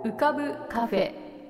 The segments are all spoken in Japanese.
浮かぶカフェ。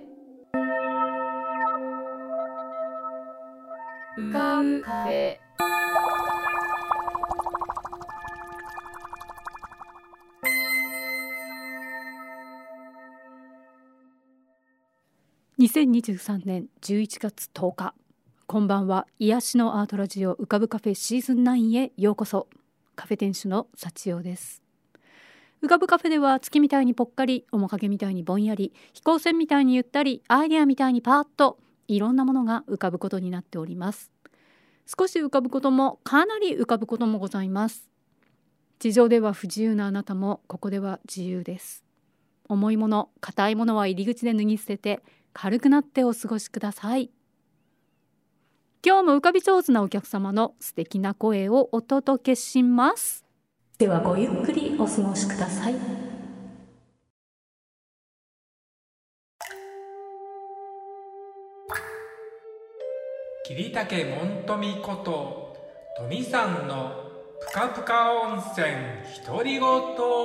浮かぶカフェ。2023年11月10日、こんばんは。癒しのアートラジオ浮かぶカフェシーズン9へようこそ。カフェ店主の幸代です。浮かぶカフェでは月みたいにぽっかり、面影みたいにぼんやり、飛行船みたいにゆったり、アイデアみたいにパーッといろんなものが浮かぶことになっております。少し浮かぶこともかなり浮かぶこともございます。地上では不自由なあなたもここでは自由です。重いもの、硬いものは入り口で脱ぎ捨てて軽くなってお過ごしください。今日も浮かび上手なお客様の素敵な声をお届けします。ではごゆっくりお過ごしください。 桐竹門富こと富さんのぷかぷか温泉独り言。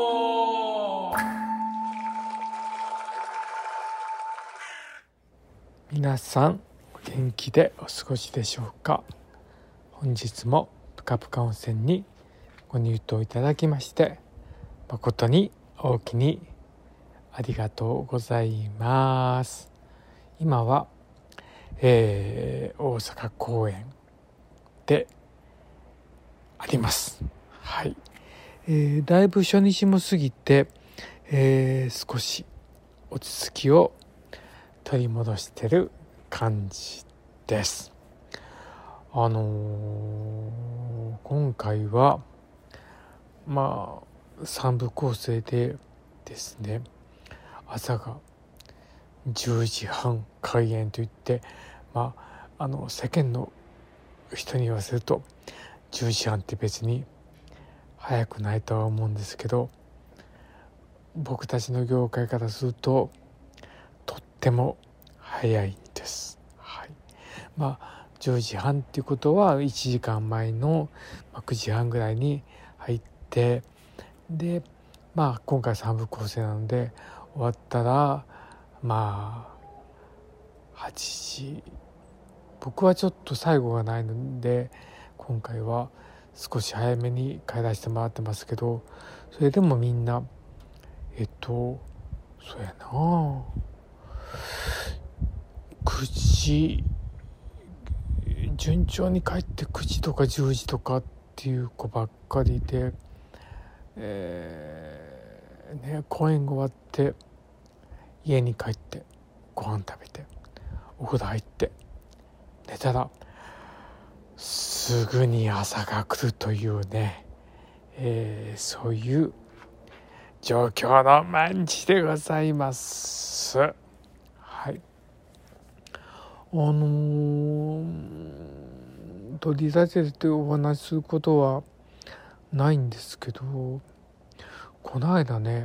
皆さんお元気でお過ごしでしょうか。本日もぷかぷか温泉にご入湯いただきまして誠に大きにありがとうございます。今は、大阪公園であります。はい、だいぶ初日も過ぎて、少し落ち着きを取り戻してる感じです。今回は3部構成でですね、朝が10時半開演といって、世間の人に言わせると10時半って別に早くないとは思うんですけど、僕たちの業界からするととっても早いです。はい、10時半っていうことは1時間前の9時半ぐらいに入って、で今回3部構成なので終わったら8時、僕はちょっと最後がないので今回は少し早めに帰らせてもらってますけど、それでもみんなそうやな9時順調に帰って9時とか10時とかっていう子ばっかりで、公演が終わって家に帰ってご飯食べてお風呂入って寝たらすぐに朝が来るというね、そういう状況の毎日でございます。はい、取り立ててお話しすることはないんですけど、この間ね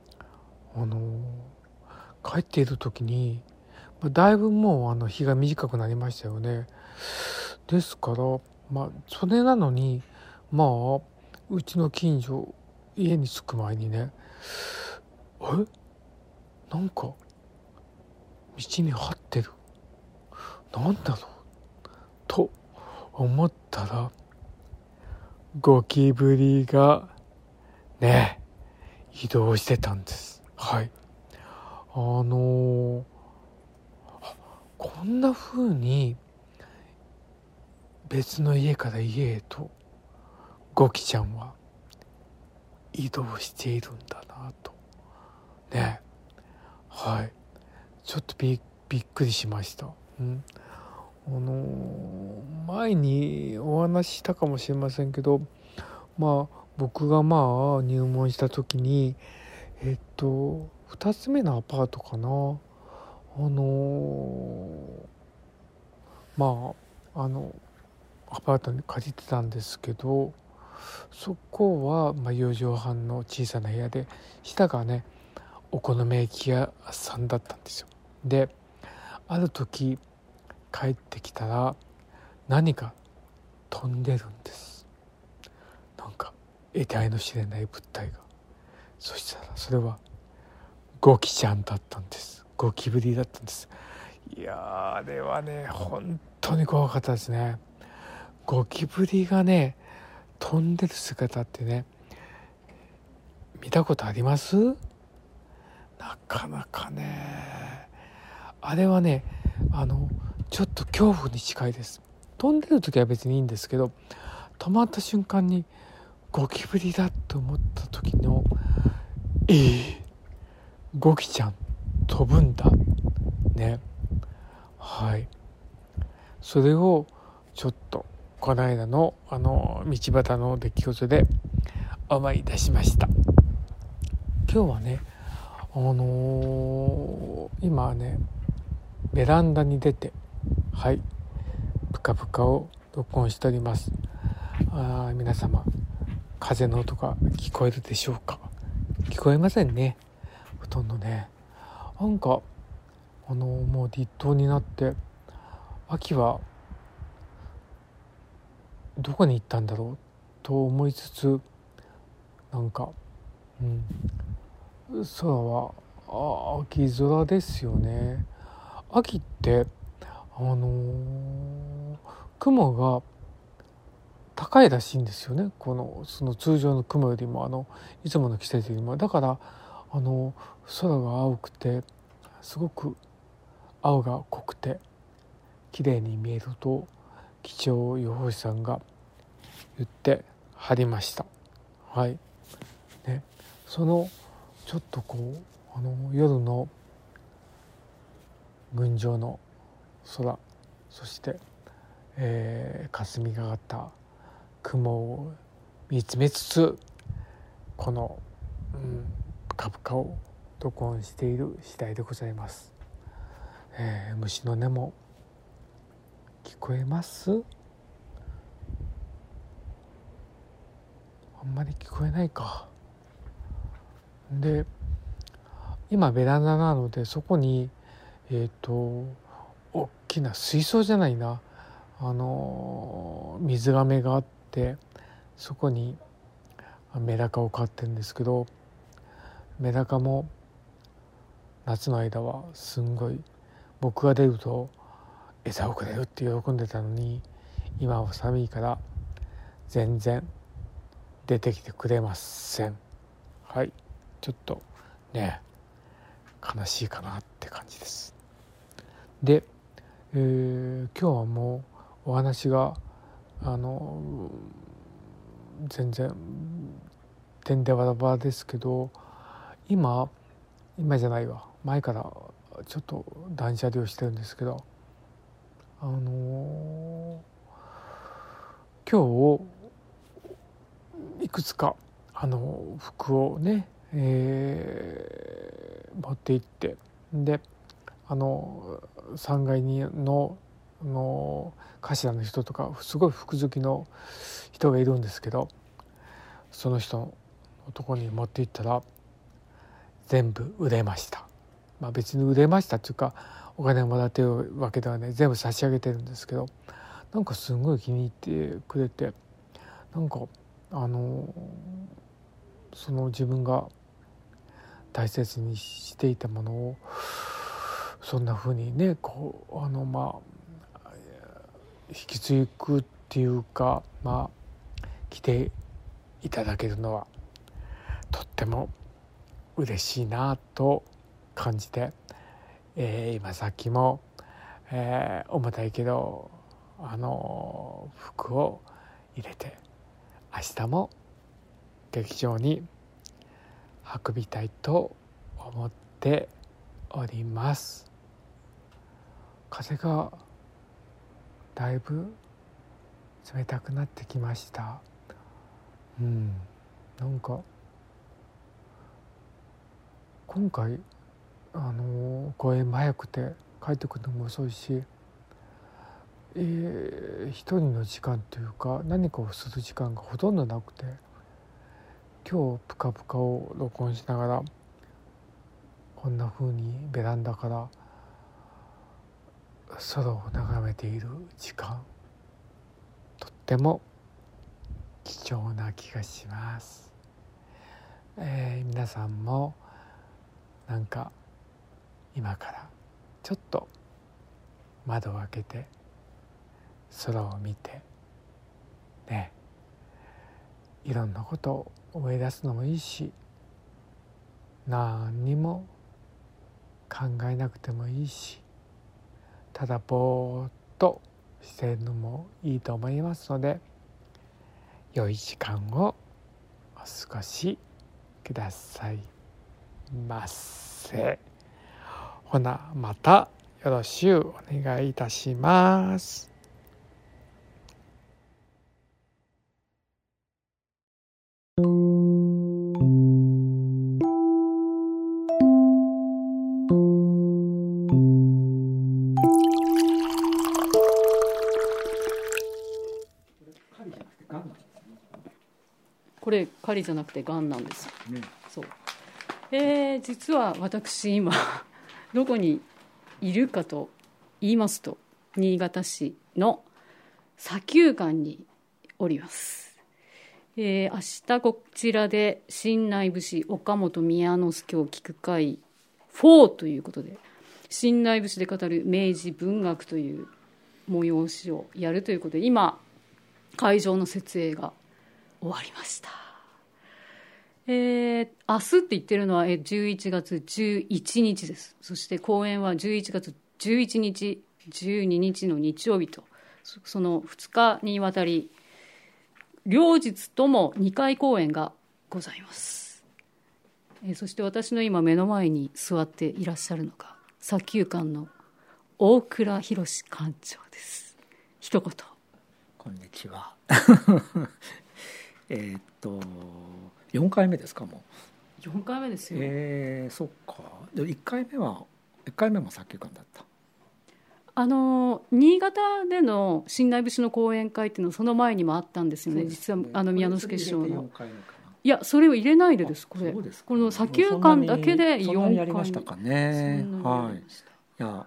帰っている時にだいぶもう日が短くなりましたよね。ですからそれなのにうちの近所家に着く前にね、なんか道に張ってる、なんだろうと思ったらゴキブリがね移動してたんです。はい、こんな風に別の家から家へとゴキちゃんは移動しているんだなとね。はい、ちょっとびっくりしました。前にお話ししたかもしれませんけど、僕が入門した時に2つ目のアパートかな、アパートに借りてたんですけど、そこは4畳半の小さな部屋で、下がねお好み焼き屋さんだったんですよ。である時帰ってきたら何か飛んでるんです。なんか得体の知れない物体が。そしたらそれはゴキちゃんだったんです。ゴキブリだったんです。いやー、あれはね本当に怖かったですね。ゴキブリがね飛んでる姿ってね見たことあります？なかなかねあれはねちょっと恐怖に近いです。飛んでる時は別にいいんですけど、止まった瞬間にゴキブリだと思った時のゴキちゃん飛ぶんだね。はい、それをちょっとこの間の道端の出来事で思い出しました。今日はね今はねベランダに出てプカプカを録音しております。皆様風の音が聞こえるでしょうか？聞こえませんね、ほとんどね。なんかもう立冬になって秋はどこに行ったんだろうと思いつつ、なんか、空は秋空ですよね。秋って雲が高いらしいんですよね。その通常の雲よりもいつもの季節よりも。だから空が青くてすごく青が濃くて綺麗に見えると気象予報士さんが言ってはりました。ね、そのちょっと夜の群青の空、そして、霞がかった雲を見つめつつこの、プカプカを録音している次第でございます。虫の音も聞こえます？あんまり聞こえないか。で今ベランダなのでそこに大きな水槽じゃないな水がめがあって、そこにメダカを飼ってるんですけど、メダカも夏の間はすんごい僕が出ると餌をくれるって喜んでたのに、今は寒いから全然出てきてくれません。ちょっとね悲しいかなって感じです。で、今日はもうお話が全然てんでわらばらですけど、今じゃないわ、前からちょっと断捨離をしてるんですけど、今日いくつか服をね、持って行って、で3階の頭の人とかすごい服好きの人がいるんですけど、その人のところに持って行ったら全部売れました。別に売れましたっていうかお金をもらってるわけではね、全部差し上げてるんですけど、なんかすごい気に入ってくれて、なんかその自分が大切にしていたものをそんな風にね引き継ぐっていうか来ていただけるのはとっても嬉しいなと感じて、今さっきも、重たいけど服を入れて明日も劇場に運びたいと思っております。風がだいぶ冷たくなってきました。なんか今回公演も早くて帰ってくるのも遅いし、一人の時間というか何かをする時間がほとんどなくて、今日プカプカを録音しながらこんな風にベランダから空を眺めている時間、とっても貴重な気がします。皆さんもなんか今からちょっと窓を開けて空を見てね、いろんなことを思い出すのもいいし、何にも考えなくてもいいし、ただぼーっとしてるのもいいと思いますので、良い時間をお過ごしくださいませ。ほなまたよろしゅうお願いいたします。 これ狩りじゃなくてガンなんですよ、ね、そう、実は私今どこにいるかと言いますと、新潟市の砂丘館におります。明日こちらで新内部市岡本宮之助を聞く会4ということで、新内部市で語る明治文学という催しをやるということで、今会場の設営が終わりました。明日って言ってるのは11月11日です。そして公演は11月11日12日の日曜日と、その2日にわたり両日とも2回公演がございます。そして私の今目の前に座っていらっしゃるのが砂丘館の大倉博館長です。一言。 こんにちは4回目ですか。もう4回目ですよ。 そっか。で1回目も砂丘館だった。 新潟での新内部市の講演会っていうのはその前にもあったんですよね。実は宮之助師匠の。いや、それを入れないでです。これこの砂丘館だけで4回やりましたかね。はい。いや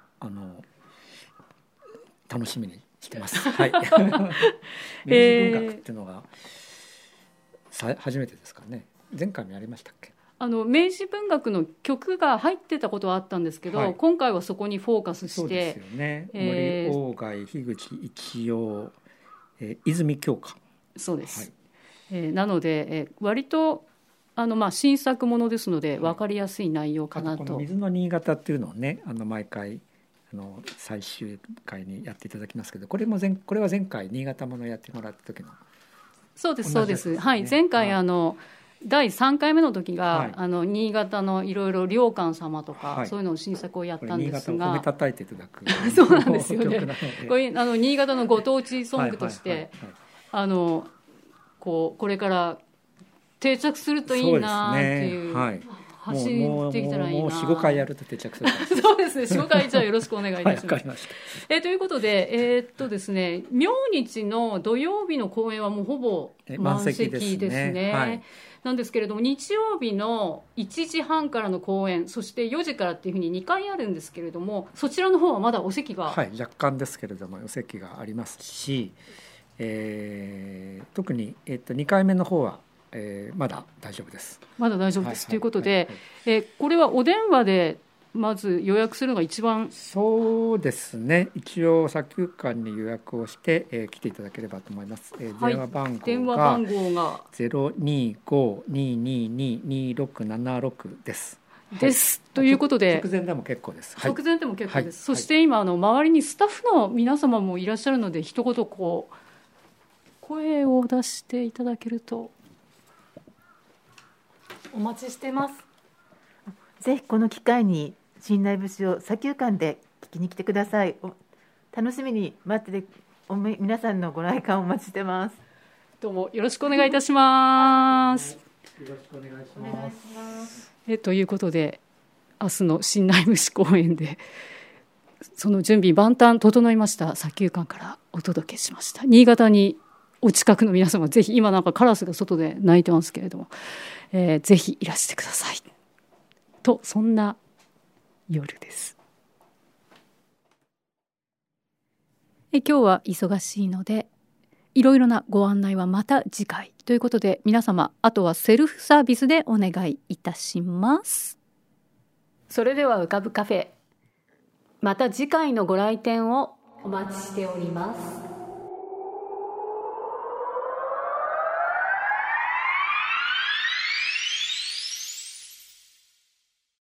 楽しみにしてます。はい。明治文学っていうのが初めてですかね。前回もやりましたっけ。 明治文学の曲が入ってたことはあったんですけど、はい、今回はそこにフォーカスして。そうですよね。 森鴎外、樋口一葉、泉鏡花。 そうです。はい、なので、割と新作ものですので分かりやすい内容かなと。 この水の新潟っていうのをね、毎回最終回にやっていただきますけど、これは前回新潟ものやってもらった時の。 そうですそうです。はい、前回第3回目の時が、はい、新潟のいろいろ良寛様とか、はい、そういうのを新作をやったんですが、 新潟を褒め叩いていただくそうなんですよね。これ新潟のご当地ソングとしてこれから定着するといいなっていう、はい、走ってきたらいいな。 もう 4,5 回やると定着するそうですね。4,5 回じゃあよろしくお願いいたします。 はい、わかりました。 ということでですね、明日の土曜日の公演はもうほぼ満席ですね。はい、なんですけれども、日曜日の1時半からの公演、そして4時からっていうふうに2回あるんですけれども、そちらの方はまだお席が、 はい、若干ですけれどもお席がありますし、特に、2回目の方はまだ大丈夫です。 まだ大丈夫です、ということで、これはお電話でまず予約するのが一番。 そうですね。一応砂丘館に予約をして、来ていただければと思います。電話番号が 025-222-2676 です。 です、はい、ということで直前でも結構です。 直前でも結構です。はい、そして今周りにスタッフの皆様もいらっしゃるので、一言声を出していただけると。 お待ちしてます。ぜひこの機会に新内部市を砂丘館で聞きに来てください。楽しみに待ってて、皆さんのご来館をお待ちしてます。 どうもよろしくお願いいたします。 よろしくお願いします。 ということで、明日の新内部市公演でその準備万端整いました砂丘館からお届けしました。新潟にお近くの皆様、ぜひ、今なんかカラスが外で鳴いてますけれども、ぜひいらしてくださいと、そんな夜です。今日は忙しいので、いろいろなご案内はまた次回ということで、皆様あとはセルフサービスでお願いいたします。 それでは浮かぶカフェ、また次回のご来店をお待ちしております。